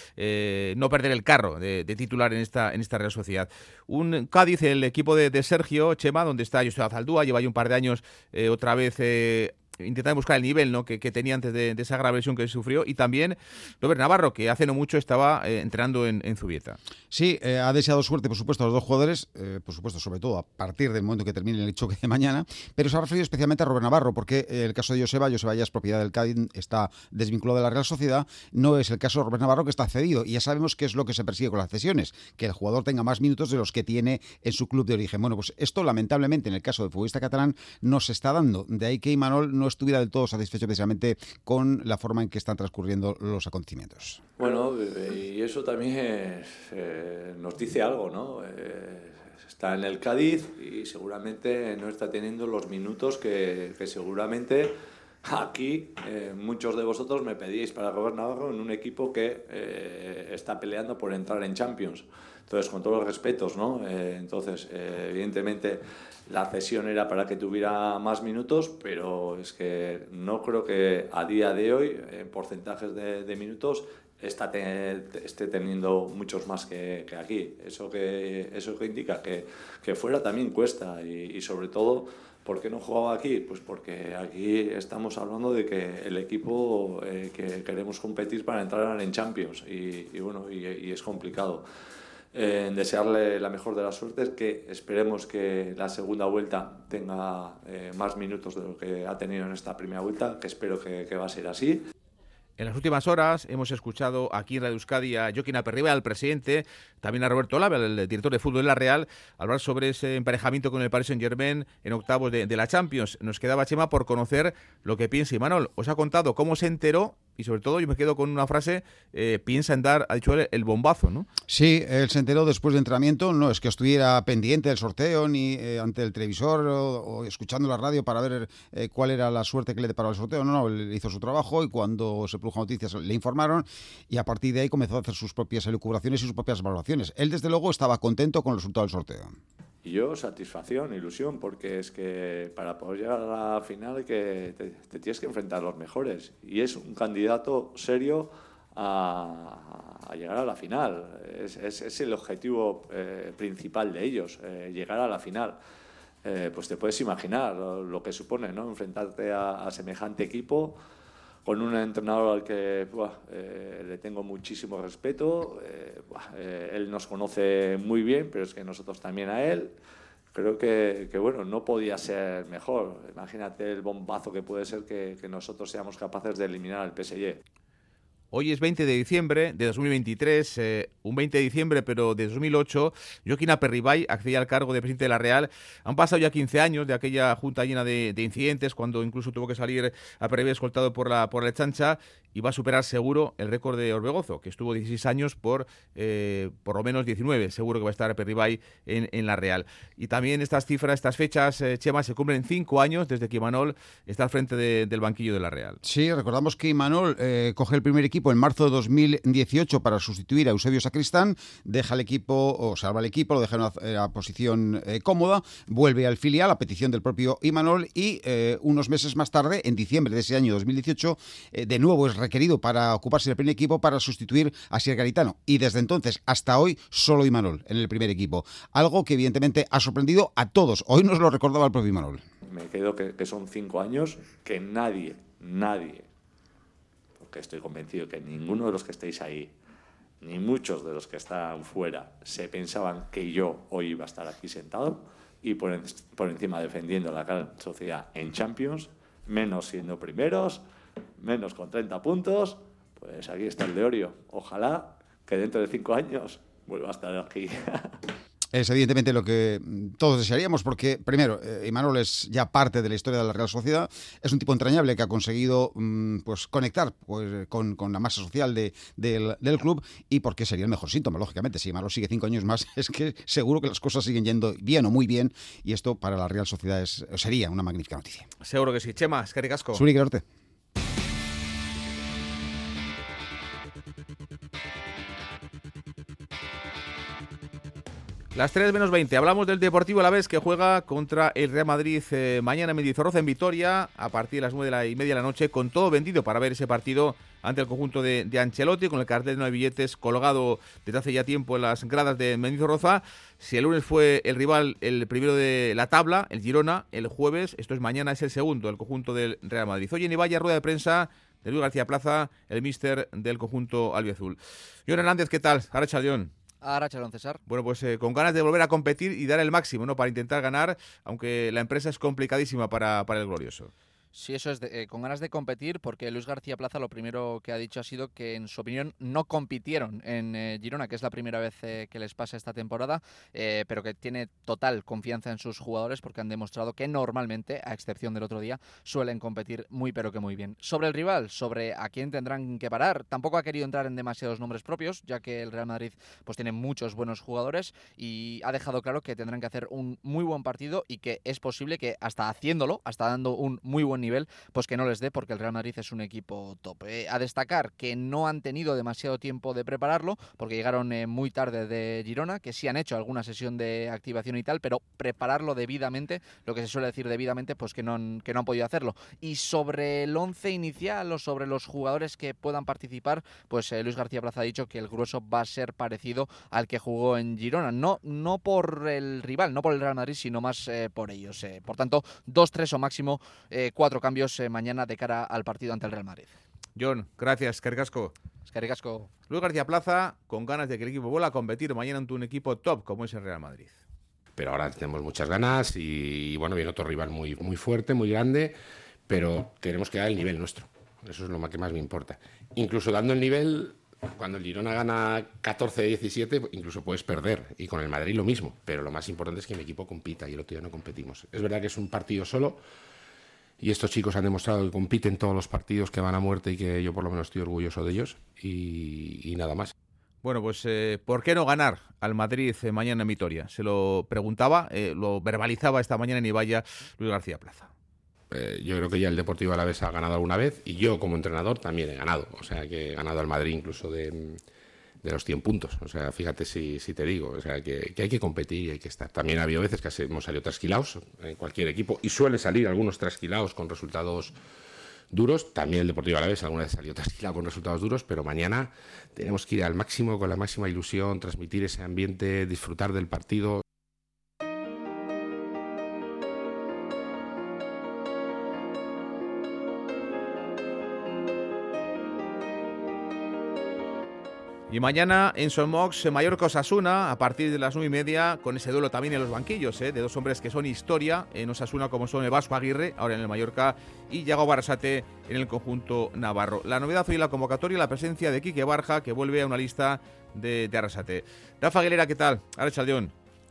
de no perder el carro de titular en esta Real Sociedad. Un Cádiz, el equipo de Sergio Chema, donde está José Azaldúa, lleva ya un par de años otra vez intentar buscar el nivel, ¿no?, que tenía antes de esa grave lesión que sufrió, y también Robert Navarro, que hace no mucho estaba entrenando en Zubieta. Sí, ha deseado suerte, por supuesto, a los dos jugadores, por supuesto, sobre todo a partir del momento que termine el choque de mañana, pero se ha referido especialmente a Robert Navarro, porque el caso de Joseba ya es propiedad del Cádiz, está desvinculado de la Real Sociedad, no es el caso de Robert Navarro, que está cedido, y ya sabemos qué es lo que se persigue con las cesiones, que el jugador tenga más minutos de los que tiene en su club de origen. Bueno, pues esto, lamentablemente, en el caso del futbolista catalán, no se está dando, de ahí que Imanol no estuviera del todo satisfecho precisamente con la forma en que están transcurriendo los acontecimientos. Bueno, y eso también nos dice algo, ¿no? Está en el Cádiz y seguramente no está teniendo los minutos que seguramente aquí muchos de vosotros me pedíais para Robert Navarro en un equipo que está peleando por entrar en Champions. Entonces, con todos los respetos, ¿no? Evidentemente la cesión era para que tuviera más minutos, pero es que no creo que a día de hoy, en porcentajes de minutos, esté teniendo muchos más que aquí. Eso que indica que fuera también cuesta y sobre todo, ¿por qué no jugaba aquí? Pues porque aquí estamos hablando de que el equipo que queremos competir para entrar en Champions y es complicado. Desearle la mejor de las suertes, que esperemos que la segunda vuelta tenga más minutos de lo que ha tenido en esta primera vuelta, que espero que va a ser así. En las últimas horas hemos escuchado aquí en Radio Euskadi a Joaquín Aperriba, al presidente, también a Roberto Lave, el director de fútbol de la Real, hablar sobre ese emparejamiento con el Paris Saint-Germain en octavos de la Champions. Nos quedaba, Chema, por conocer lo que piensa Imanol. Os ha contado cómo se enteró y sobre todo yo me quedo con una frase, piensa en dar, ha dicho él, el bombazo, ¿no? Sí, él se enteró después de entrenamiento, no es que estuviera pendiente del sorteo ni ante el televisor o escuchando la radio para ver cuál era la suerte que le deparaba el sorteo, no, él hizo su trabajo y cuando se produjo noticias le informaron y a partir de ahí comenzó a hacer sus propias elucubraciones y sus propias valoraciones. Él desde luego estaba contento con el resultado del sorteo. Y yo, satisfacción, ilusión, porque es que para poder llegar a la final que te tienes que enfrentar a los mejores. Y es un candidato serio a llegar a la final. Es el objetivo principal de ellos, llegar a la final. Pues te puedes imaginar lo que supone, ¿no?, enfrentarte a semejante equipo, con un entrenador al que le tengo muchísimo respeto. Él nos conoce muy bien, pero es que nosotros también a él. Creo que bueno, no podía ser mejor. Imagínate el bombazo que puede ser que nosotros seamos capaces de eliminar al PSG. Hoy es 20 de diciembre de 2023, un 20 de diciembre, pero de 2008, Joaquín Aperribay accedía al cargo de presidente de la Real. Han pasado ya 15 años de aquella junta llena de incidentes, cuando incluso tuvo que salir Aperribay escoltado por la Ertzaintza, y va a superar seguro el récord de Orbegozo, que estuvo 16 años por lo menos 19. Seguro que va a estar Aperribay en la Real. Y también estas cifras, estas fechas, Chema, se cumplen 5 años desde que Imanol está al frente del banquillo de la Real. Sí, recordamos que Imanol coge el primer equipo en marzo de 2018 para sustituir a Eusebio Sacristán, deja el equipo, o salva el equipo, lo deja en una posición cómoda, vuelve al filial a petición del propio Imanol y unos meses más tarde, en diciembre de ese año 2018, de nuevo es requerido para ocuparse del primer equipo para sustituir a Asier Garitano. Y desde entonces hasta hoy, solo Imanol en el primer equipo. Algo que evidentemente ha sorprendido a todos. Hoy nos lo recordaba el propio Imanol. Me quedo que son 5 años que nadie, porque estoy convencido que ninguno de los que estáis ahí, ni muchos de los que están fuera, se pensaban que yo hoy iba a estar aquí sentado y por encima defendiendo la Real Sociedad en Champions, menos siendo primeros, menos con 30 puntos, pues aquí está el de Orio. Ojalá que dentro de 5 años vuelva a estar aquí. Es evidentemente lo que todos desearíamos, porque primero, Imanol es ya parte de la historia de la Real Sociedad, es un tipo entrañable que ha conseguido pues conectar con la masa social del club, y porque sería el mejor síntoma, lógicamente. Si Imanol sigue 5 años más, es que seguro que las cosas siguen yendo bien o muy bien, y esto para la Real Sociedad sería una magnífica noticia. Seguro que sí. Chema, eskerrik asko. Zuri gerarte. Las 3 menos 20. Hablamos del Deportivo Alavés, que juega contra el Real Madrid mañana en Mendizorroza, en Vitoria, a partir de las 9:30 de la noche, con todo vendido para ver ese partido ante el conjunto de Ancelotti, con el cartel de no hay billetes colgado desde hace ya tiempo en las gradas de Mendizorroza. Si el lunes fue el rival, el primero de la tabla, el Girona, el jueves, esto es mañana, es el segundo, el conjunto del Real Madrid. Hoy en Ibaya, rueda de prensa de Luis García Plaza, el míster del conjunto albiazul. Jon Hernández, ¿qué tal? Arratsaldeon. Arratsaldeon, César. Bueno, pues con ganas de volver a competir y dar el máximo, ¿no?, para intentar ganar, aunque la empresa es complicadísima para el glorioso. Sí, eso es, con ganas de competir, porque Luis García Plaza lo primero que ha dicho ha sido que, en su opinión, no compitieron en Girona, que es la primera vez que les pasa esta temporada, pero que tiene total confianza en sus jugadores, porque han demostrado que normalmente, a excepción del otro día, suelen competir muy pero que muy bien. Sobre el rival, sobre a quién tendrán que parar, tampoco ha querido entrar en demasiados nombres propios, ya que el Real Madrid pues tiene muchos buenos jugadores, y ha dejado claro que tendrán que hacer un muy buen partido, y que es posible que hasta haciéndolo, hasta dando un muy buen nivel, pues que no les dé, porque el Real Madrid es un equipo top. A destacar que no han tenido demasiado tiempo de prepararlo, porque llegaron muy tarde de Girona, que sí han hecho alguna sesión de activación y tal, pero prepararlo debidamente, lo que se suele decir debidamente, pues que no han podido hacerlo. Y sobre el 11 inicial o sobre los jugadores que puedan participar, pues Luis García Plaza ha dicho que el grueso va a ser parecido al que jugó en Girona, no por el rival, no por el Real Madrid, sino más por ellos. Por tanto, 2-3 o máximo 4 cambios mañana de cara al partido ante el Real Madrid. Jon, gracias, eskerrik asko. Eskerrik asko. Luis García Plaza, con ganas de que el equipo vuelva a competir mañana ante un equipo top como es el Real Madrid. Pero ahora tenemos muchas ganas y bueno, viene otro rival muy, muy fuerte, muy grande, pero tenemos que dar el nivel nuestro. Eso es lo que más me importa. Incluso dando el nivel, cuando el Girona gana 14-17, incluso puedes perder. Y con el Madrid lo mismo. Pero lo más importante es que mi equipo compita, y el otro día no competimos. Es verdad que es un partido solo, y estos chicos han demostrado que compiten todos los partidos, que van a muerte, y que yo por lo menos estoy orgulloso de ellos, y nada más. Bueno, pues ¿por qué no ganar al Madrid mañana en Vitoria? Se lo preguntaba, lo verbalizaba esta mañana en Ibaya Luis García Plaza. Yo creo que ya el Deportivo Alavés ha ganado alguna vez, y yo como entrenador también he ganado. O sea, que he ganado al Madrid incluso de los 100 puntos. O sea, fíjate si te digo. O sea, que hay que competir y hay que estar. También ha habido veces que hemos salido trasquilados en cualquier equipo, y suele salir algunos trasquilados con resultados duros. También el Deportivo Alavés alguna vez salió trasquilado con resultados duros, pero mañana tenemos que ir al máximo, con la máxima ilusión, transmitir ese ambiente, disfrutar del partido. Y mañana en Somox, Mallorca-Osasuna, a partir de las 9:30, con ese duelo también en los banquillos, de dos hombres que son historia en Osasuna, como son el Vasco Aguirre, ahora en el Mallorca, y Yago Arrasate en el conjunto navarro. La novedad hoy en la convocatoria, la presencia de Quique Barja, que vuelve a una lista de Arrasate. Rafa Aguilera, ¿qué tal? Arratsaldeon.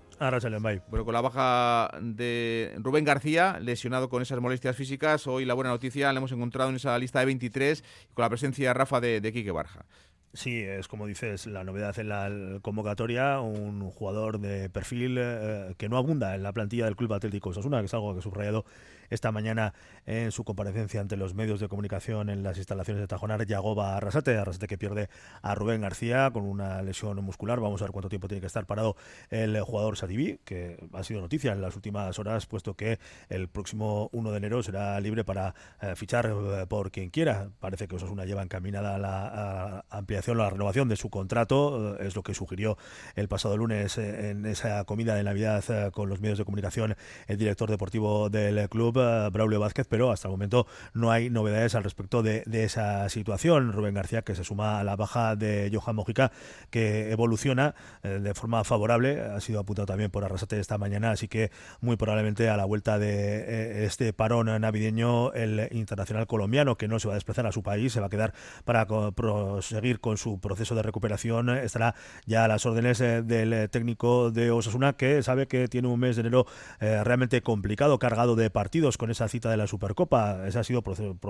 Bueno, con la baja de Rubén García, lesionado con esas molestias físicas, hoy la buena noticia la hemos encontrado en esa lista de 23, con la presencia, Rafa, de Quique Barja. Sí, es como dices, la novedad en la convocatoria, un jugador de perfil que no abunda en la plantilla del Club Atlético Osasuna, que es algo que ha subrayado esta mañana en su comparecencia ante los medios de comunicación en las instalaciones de Tajonar, Yagoba Arrasate que pierde a Rubén García con una lesión muscular. Vamos a ver cuánto tiempo tiene que estar parado el jugador Sadiví, que ha sido noticia en las últimas horas, puesto que el próximo 1 de enero será libre para fichar por quien quiera. Parece que Osasuna lleva encaminada la ampliación, la renovación de su contrato, es lo que sugirió el pasado lunes en esa comida de Navidad con los medios de comunicación el director deportivo del club, Braulio Vázquez, pero hasta el momento no hay novedades al respecto de esa situación. Rubén García, que se suma a la baja de Johan Mojica, que evoluciona de forma favorable, ha sido apuntado también por Arrasate esta mañana, así que muy probablemente a la vuelta de este parón navideño, el internacional colombiano, que no se va a desplazar a su país, se va a quedar para proseguir con su proceso de recuperación, estará ya a las órdenes del técnico de Osasuna, que sabe que tiene un mes de enero realmente complicado, cargado de partidos, con esa cita de la Supercopa. Esa ha sido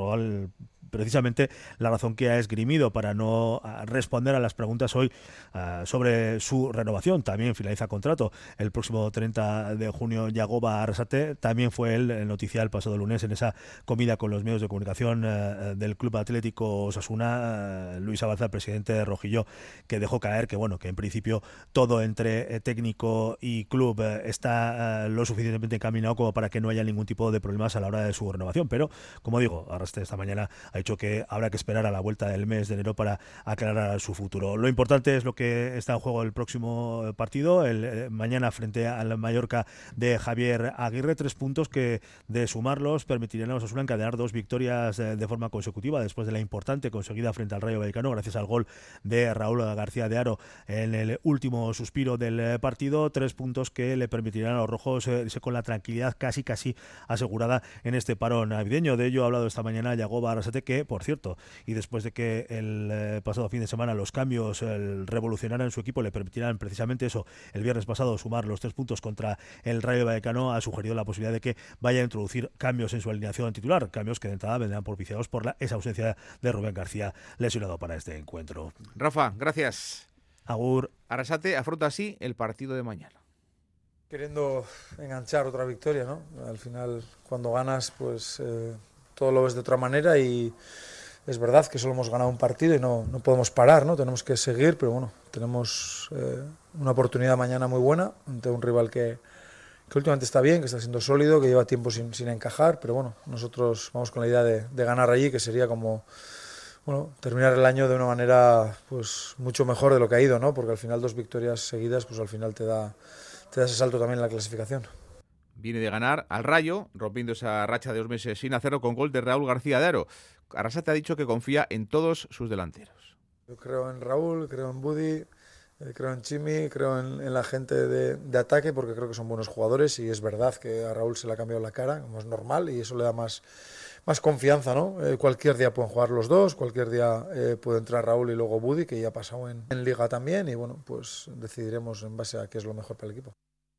precisamente la razón que ha esgrimido para no responder a las preguntas hoy sobre su renovación. También finaliza contrato el próximo 30 de junio Yagoba Arrasate. También fue él noticia el pasado lunes en esa comida con los medios de comunicación del Club Atlético Osasuna, Luis Abalza, presidente rojillo, que dejó caer que bueno, que en principio todo entre técnico y club está lo suficientemente encaminado como para que no haya ningún tipo de problemas a la hora de su renovación, pero como digo, Arrasate esta mañana ha dicho que habrá que esperar a la vuelta del mes de enero para aclarar su futuro. Lo importante es lo que está en juego el próximo partido, el mañana frente al Mallorca de Javier Aguirre. 3 puntos que, de sumarlos, permitirían a Osasuna encadenar 2 victorias de forma consecutiva después de la importante conseguida frente al Rayo Vallecano gracias al gol de Raúl García de Haro en el último suspiro del partido. 3 puntos que le permitirán a los rojos irse con la tranquilidad casi asegurada en este parón navideño. De ello ha hablado esta mañana Yagoba Arrasate, que, por cierto, y después de que el pasado fin de semana los cambios revolucionaran su equipo, le permitirán precisamente eso, el viernes pasado, sumar los 3 puntos contra el Rayo Vallecano, ha sugerido la posibilidad de que vaya a introducir cambios en su alineación titular, cambios que de entrada vendrán propiciados por esa ausencia de Rubén García, lesionado para este encuentro. Rafa, gracias. Agur. Arrasate afronta así el partido de mañana. Queriendo enganchar otra victoria, ¿no? Al final, cuando ganas, pues todo lo ves de otra manera, y es verdad que solo hemos ganado un partido y no podemos parar, ¿no? Tenemos que seguir, pero bueno, tenemos una oportunidad mañana muy buena ante un rival que últimamente está bien, que está siendo sólido, que lleva tiempo sin encajar, pero bueno, nosotros vamos con la idea de ganar allí, que sería como, bueno, terminar el año de una manera pues mucho mejor de lo que ha ido, ¿no? Porque al final 2 victorias seguidas, pues al final te da ese salto también en la clasificación. Viene de ganar al Rayo, rompiendo esa racha de 2 meses sin hacerlo, con gol de Raúl García de Haro. Arrasate ha dicho que confía en todos sus delanteros. Yo creo en Raúl, creo en Budi, creo en Chimi, creo en la gente de ataque, porque creo que son buenos jugadores, y es verdad que a Raúl se le ha cambiado la cara, como es normal, y eso le da más confianza, ¿no? Cualquier día pueden jugar los dos, cualquier día puede entrar Raúl y luego Budi, que ya ha pasado en Liga también, y bueno, pues decidiremos en base a qué es lo mejor para el equipo.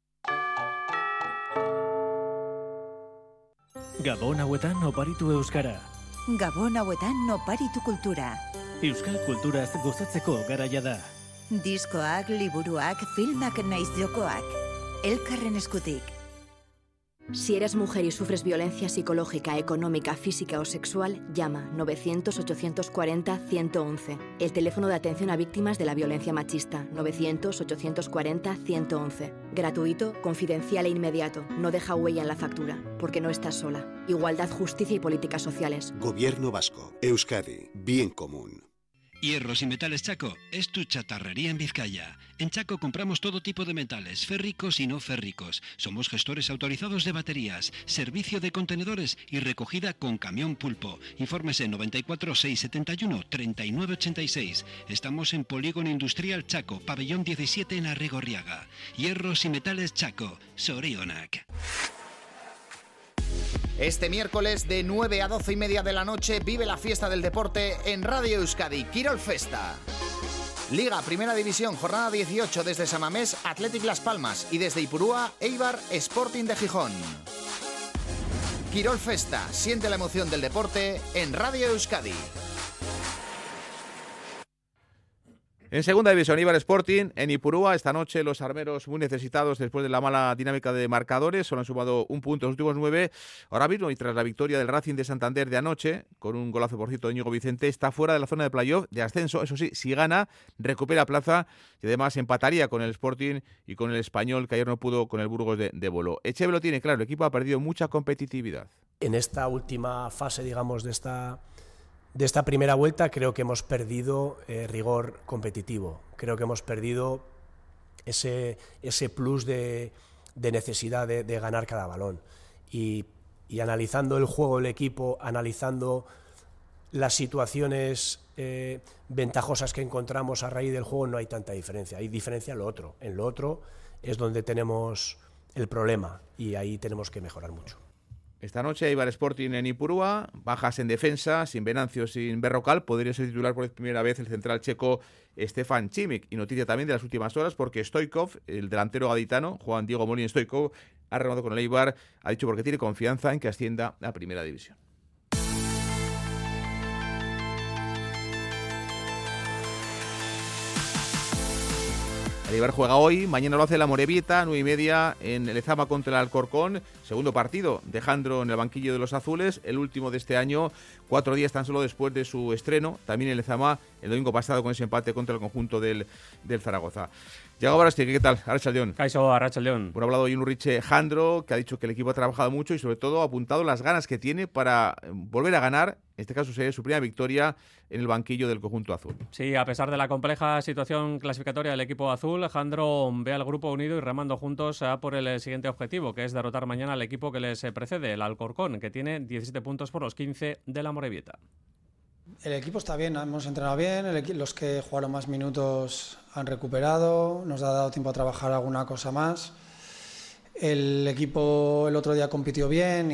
Gabon hauetan oparitu euskara. Gabon hauetan oparitu kultura. Euskal kulturaz gozatzeko garaia da. Diskoak, liburuak, filmak naiz jokoak. Elkarren eskutik. Si eres mujer y sufres violencia psicológica, económica, física o sexual, llama 900-840-111. El teléfono de atención a víctimas de la violencia machista, 900-840-111. Gratuito, confidencial e inmediato. No deja huella en la factura, porque no estás sola. Igualdad, justicia y políticas sociales. Gobierno vasco. Euskadi. Bien común. Hierros y Metales Chaco es tu chatarrería en Vizcaya. En Chaco compramos todo tipo de metales, férricos y no férricos. Somos gestores autorizados de baterías, servicio de contenedores y recogida con camión pulpo. Infórmese 94 671 3986. Estamos en Polígono Industrial Chaco, Pabellón 17 en Arrigorriaga. Hierros y Metales Chaco, Sorionak. Este miércoles de 9 a 12 y media de la noche vive la fiesta del deporte en Radio Euskadi, Quirol Festa. Liga, Primera División, jornada 18 desde Samamés, Athletic Las Palmas y desde Ipurúa, Eibar, Sporting de Gijón. Quirol Festa, siente la emoción del deporte en Radio Euskadi. En segunda división, Eibar Sporting, en Ipurúa, esta noche los armeros muy necesitados después de la mala dinámica de marcadores, solo han sumado un punto en los últimos 9. Ahora mismo, y tras la victoria del Racing de Santander de anoche, con un golazo por cierto de Íñigo Vicente, está fuera de la zona de playoff de ascenso. Eso sí, si gana, recupera plaza y además empataría con el Sporting y con el Español, que ayer no pudo con el Burgos de Bolo. Echeve lo tiene claro, el equipo ha perdido mucha competitividad. En esta última fase, digamos, de esta primera vuelta creo que hemos perdido rigor competitivo, creo que hemos perdido ese plus de necesidad de ganar cada balón y analizando el juego del equipo, analizando las situaciones ventajosas que encontramos a raíz del juego, no hay tanta diferencia, hay diferencia en lo otro es donde tenemos el problema y ahí tenemos que mejorar mucho. Esta noche Eibar Sporting en Ipurúa, bajas en defensa, sin Venancio, sin Berrocal, podría ser titular por primera vez el central checo Stefan Chimik. Y noticia también de las últimas horas porque Stoichkov, el delantero gaditano, Juan Diego Molín Stoichkov, ha renovado con el Eibar, ha dicho porque tiene confianza en que ascienda a Primera División. El Eibar juega hoy, mañana lo hace la Morevieta, 9:30 en el Lezama contra el Alcorcón. Segundo partido de Jandro en el banquillo de los azules, el último de este año, 4 días tan solo después de su estreno, también en Lezama el domingo pasado con ese empate contra el conjunto del Zaragoza. Yago Barasti, ¿qué tal? Arratsaldeon. Kaixo, Arratsaldeon. Bueno, ha hablado Iñigo Jandro, que ha dicho que el equipo ha trabajado mucho y sobre todo ha apuntado las ganas que tiene para volver a ganar. En este caso sería su primera victoria en el banquillo del conjunto azul. Sí, a pesar de la compleja situación clasificatoria del equipo azul, Jandro ve al grupo unido y remando juntos por el siguiente objetivo, que es derrotar mañana al equipo que les precede, el Alcorcón, que tiene 17 puntos por los 15 de la Morevieta. El equipo está bien, hemos entrenado bien, los que jugaron más minutos han recuperado, nos ha dado tiempo a trabajar alguna cosa más. El equipo el otro día compitió bien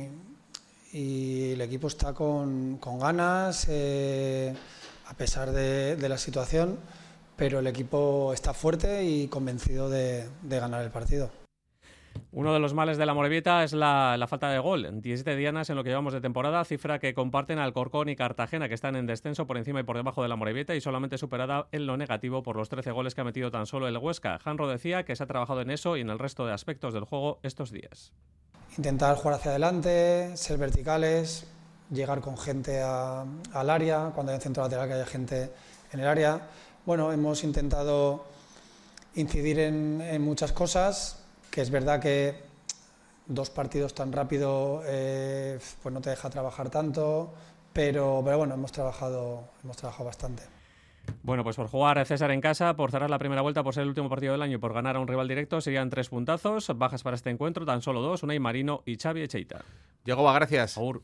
y el equipo está con ganas, a pesar de la situación, pero el equipo está fuerte y convencido de ganar el partido. Uno de los males de la Morevieta es la falta de gol. 17 dianas en lo que llevamos de temporada, cifra que comparten Alcorcón y Cartagena, que están en descenso por encima y por debajo de la Morevieta y solamente superada en lo negativo por los 13 goles que ha metido tan solo el Huesca. Jandro decía que se ha trabajado en eso y en el resto de aspectos del juego estos días. Intentar jugar hacia adelante, ser verticales, llegar con gente al área, cuando hay un centro lateral que haya gente en el área. Bueno, hemos intentado incidir en muchas cosas, que es verdad que 2 partidos tan rápido pues no te deja trabajar tanto, pero bueno, hemos trabajado bastante. Bueno, pues por jugar César en casa, por cerrar la primera vuelta, por ser el último partido del año y por ganar a un rival directo, serían 3 puntazos. Bajas para este encuentro, tan solo 2, Unai Marino y Xavi Echeita. Yagoba, gracias. Agur.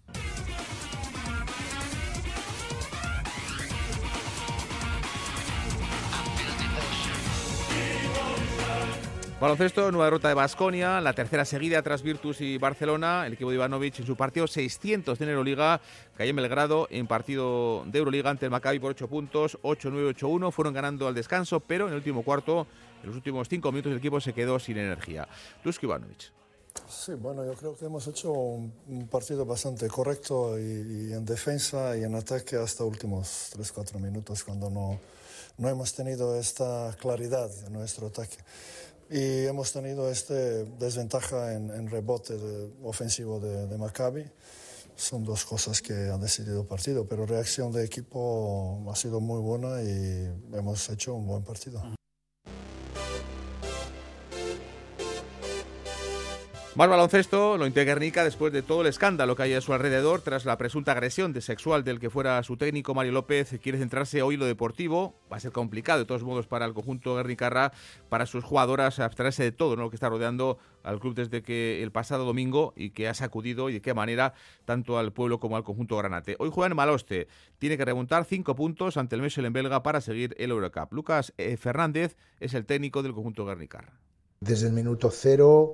Baloncesto, nueva derrota de Baskonia, la tercera seguida tras Virtus y Barcelona. El equipo de Ivanovic en su partido 600 de Euroliga cayó en Belgrado en partido de Euroliga ante el Maccabi por 8 puntos, 8-9, 8-1. Fueron ganando al descanso, pero en el último cuarto, en los últimos 5 minutos, el equipo se quedó sin energía. Dusko Ivanovic. Sí, bueno, yo creo que hemos hecho un partido bastante correcto y en defensa y en ataque hasta últimos 3-4 minutos, cuando no hemos tenido esta claridad en nuestro ataque. Y hemos tenido esta desventaja en rebote ofensivo de Maccabi. Son 2 cosas que han decidido el partido, pero la reacción de equipo ha sido muy buena y hemos hecho un buen partido. Más baloncesto, lo Lointe Guernica, después de todo el escándalo que hay a su alrededor tras la presunta agresión sexual del que fuera su técnico Mario López, quiere centrarse hoy en lo deportivo. Va a ser complicado de todos modos para el conjunto guernicarra, para sus jugadoras, abstraerse de todo, ¿no?, lo que está rodeando al club desde que el pasado domingo y que ha sacudido y de qué manera tanto al pueblo como al conjunto granate. Hoy juega en Maloste, tiene que remontar 5 puntos ante el Mechelen belga para seguir el Eurocup. Lucas Fernández es el técnico del conjunto guernicarra. Desde el minuto cero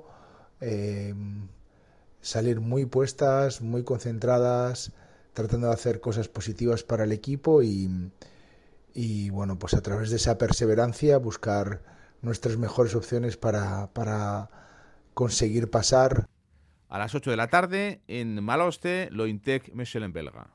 salir muy puestas, muy concentradas, tratando de hacer cosas positivas para el equipo y bueno, pues a través de esa perseverancia buscar nuestras mejores opciones para conseguir pasar. A las 8 de la tarde en Maloste, Lointec Mechelen belga.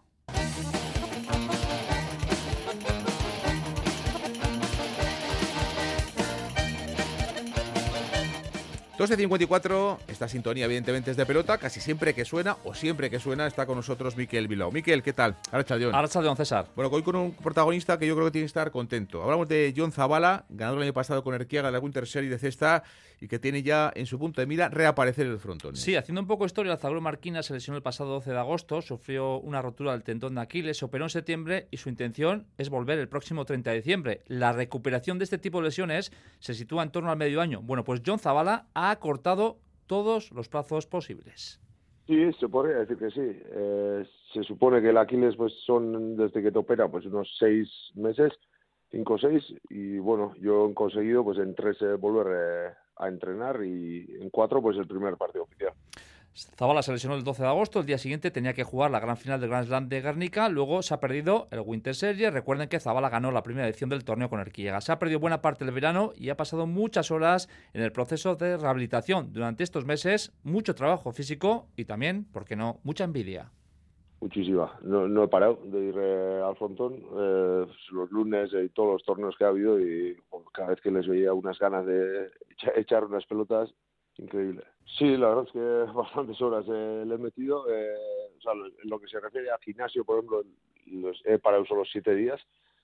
12:54, esta sintonía evidentemente es de pelota, casi siempre que suena o siempre que suena está con nosotros Mikel Bilbao. Mikel, ¿qué tal? Arratsaldeon, César. Bueno, hoy con un protagonista que yo creo que tiene que estar contento. Hablamos de Jon Zabala, ganador el año pasado con Erquiaga de la Winter Series de cesta y que tiene ya en su punto de mira reaparecer en el frontón. Sí, haciendo un poco de historia, el zaguero Marquina se lesionó el pasado 12 de agosto, sufrió una rotura del tendón de Aquiles, se operó en septiembre y su intención es volver el próximo 30 de diciembre. La recuperación de este tipo de lesiones se sitúa en torno al medio año. Bueno, pues Jon Zabala ha acortado todos los plazos posibles. Sí, se podría decir que sí. Se supone que el Aquiles pues son, desde que te opera, pues unos 6 meses, 5 o 6, y bueno, yo he conseguido pues en 3 volver a entrenar y en 4 pues el primer partido oficial. Zabala se lesionó el 12 de agosto, el día siguiente tenía que jugar la gran final del Grand Slam de Guernica, luego se ha perdido el Winter Series. Recuerden que Zabala ganó la primera edición del torneo con Erquiaga. Se ha perdido buena parte del verano y ha pasado muchas horas en el proceso de rehabilitación. Durante estos meses, mucho trabajo físico y también, ¿por qué no?, mucha envidia. Muchísima. No he parado de ir al frontón los lunes y todos los torneos que ha habido y cada vez que les veía unas ganas de echar unas pelotas, increíble. Sí, la verdad es que bastantes horas le he metido. O sea, en lo que se refiere al gimnasio, por ejemplo, he parado solo 7 días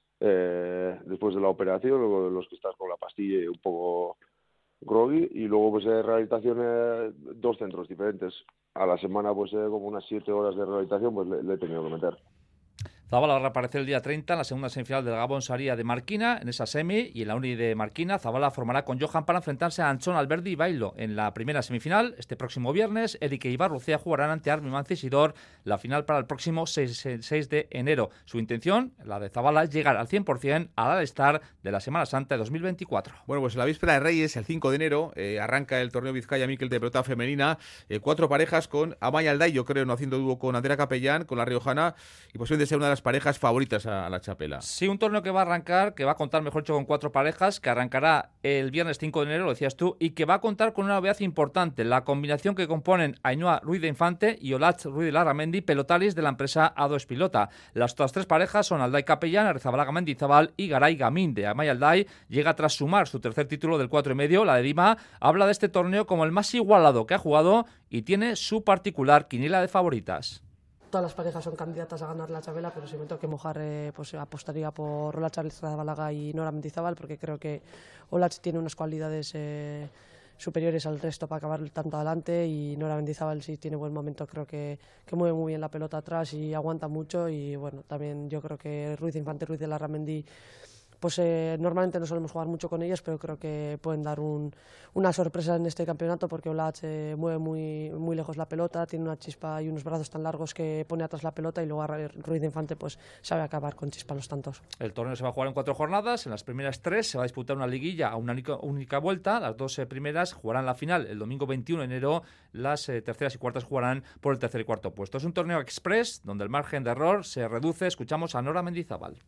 después de la operación, luego de los que estás con la pastilla y un poco groggy, y luego pues rehabilitación 2 centros diferentes. A la semana pues como unas 7 horas de rehabilitación pues le he tenido que meter. Zabala va a reaparecer el día 30 en la segunda semifinal del Gabón Saria de Marquina, en esa semi, y en la uni de Marquina, Zabala formará con Johan para enfrentarse a Anchón Alberdi y Bailo. En la primera semifinal, este próximo viernes, Eric e Ibarrucea jugarán ante Armin Mancisidor la final para el próximo 6 de enero. Su intención, la de Zabala, es llegar al 100% al All-Star de la Semana Santa de 2024. Bueno, pues la víspera de Reyes, el 5 de enero, arranca el torneo Vizcaya Mikel de pelota femenina, 4 parejas con Amaya Alday, yo creo, no haciendo dúo con Andrea Capellán, con la riojana, y posiblemente sea una de las parejas favoritas a la chapela. Sí, un torneo que va a arrancar, que va a contar, mejor dicho, con 4 parejas, que arrancará el viernes 5 de enero, lo decías tú, y que va a contar con una novedad importante, la combinación que componen Ainhoa Ruiz de Infante y Olatz Ruiz de Larramendi, pelotalis de la empresa A2 Pilota. Las otras 3 parejas son Alday Capellán, Arrizabalaga Mendizabal y Garay Gaminde. Amaya Alday llega tras sumar su tercer título del 4,5. La de Dima habla de este torneo como el más igualado que ha jugado y tiene su particular quiniela de favoritas. Todas las parejas son candidatas a ganar la chapela, pero si me tengo que mojar, pues apostaría por Olatz Arrizabalaga y Nora Mendizabal, porque creo que Olatz tiene unas cualidades superiores al resto para acabar tanto adelante, y Nora Mendizabal sí tiene buen momento, creo que mueve muy bien la pelota atrás y aguanta mucho. Y bueno, también yo creo que Ruiz de Infante, Ruiz de Larramendi, pues normalmente no solemos jugar mucho con ellas, pero creo que pueden dar una sorpresa en este campeonato, porque Olatz mueve muy lejos la pelota, tiene una chispa y unos brazos tan largos que pone atrás la pelota, y luego Ruiz de Infante pues sabe acabar con chispa los tantos. El torneo se va a jugar en 4 jornadas, en las primeras 3 se va a disputar una liguilla a una única vuelta, las 2 primeras jugarán la final el domingo 21 de enero, las terceras y cuartas jugarán por el tercer y cuarto puesto. Es un torneo express donde el margen de error se reduce. Escuchamos a Nora Mendizabal.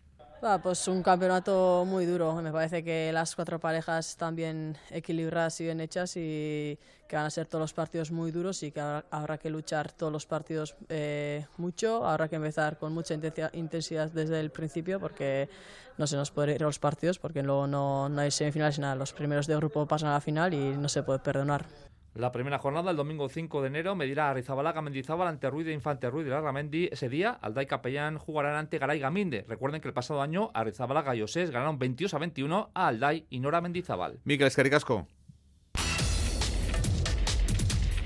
Pues un campeonato muy duro. Me parece que las 4 parejas están bien equilibradas y bien hechas, y que van a ser todos los partidos muy duros, y que habrá que luchar todos los partidos mucho. Habrá que empezar con mucha intensidad desde el principio, porque no se nos puede ir a los partidos, porque luego no hay semifinales ni nada. Los primeros de grupo pasan a la final y no se puede perdonar. La primera jornada, el domingo 5 de enero, medirá a Arrizabalaga Mendizabal ante Ruiz de Infante, Ruiz de Larramendi. Ese día, Alday Capellán jugarán ante Garay Gaminde. Recuerden que el pasado año Arrizabalaga y Osés ganaron 22-21 a Alday y Nora Mendizabal. Mikel, eskerrik asko.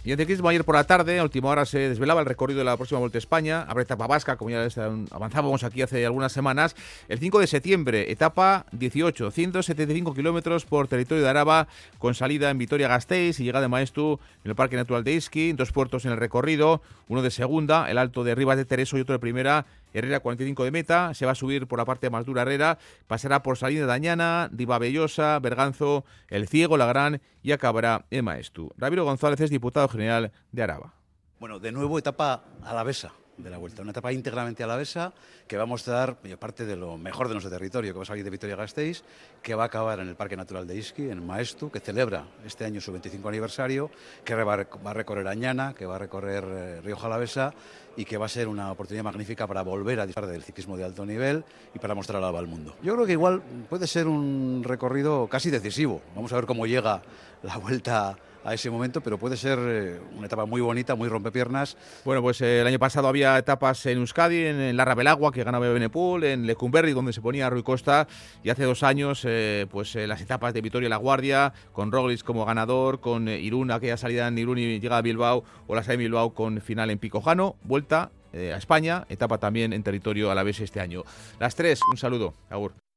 Y en ciclismo ayer por la tarde, a última hora se desvelaba el recorrido de la próxima Vuelta a España. Habrá etapa vasca, como ya avanzábamos aquí hace algunas semanas. El 5 de septiembre, etapa 18, 175 kilómetros por territorio de Araba, con salida en Vitoria-Gasteiz y llegada de Maeztu en el Parque Natural de Izqui. 2 puertos en el recorrido, uno de segunda, el Alto de Ribas de Tereso, y otro de primera, Herrera 45 de meta. Se va a subir por la parte más dura Herrera, pasará por Salina de Añana, Ribabellosa, Berganzo, El Ciego, La Gran y acabará en Maeztu. Ramiro González es diputado general de Araba. Bueno, de nuevo etapa alavesa de la Vuelta, una etapa íntegramente alavesa que va a mostrar parte de lo mejor de nuestro territorio, que va a salir de Vitoria-Gasteiz, que va a acabar en el Parque Natural de Izqui, en Maeztu, que celebra este año su 25 aniversario, que va a recorrer Añana, que va a recorrer Rioja Alavesa y que va a ser una oportunidad magnífica para volver a disfrutar del ciclismo de alto nivel y para mostrar Alaba al mundo. Yo creo que igual puede ser un recorrido casi decisivo. Vamos a ver cómo llega la Vuelta a ese momento, pero puede ser una etapa muy bonita, muy rompepiernas. Bueno, pues el año pasado había etapas en Euskadi, en Larra Belagua, que ganaba Benepul, en Lecumberri, donde se ponía Rui Costa, y hace 2 años las etapas de Vitoria y La Guardia, con Roglic como ganador, con Irún, aquella salida en Irún y llega a Bilbao, o la salida de Bilbao con final en Picojano. Vuelta a España, etapa también en territorio alavés este año. Las 3, un saludo, agur.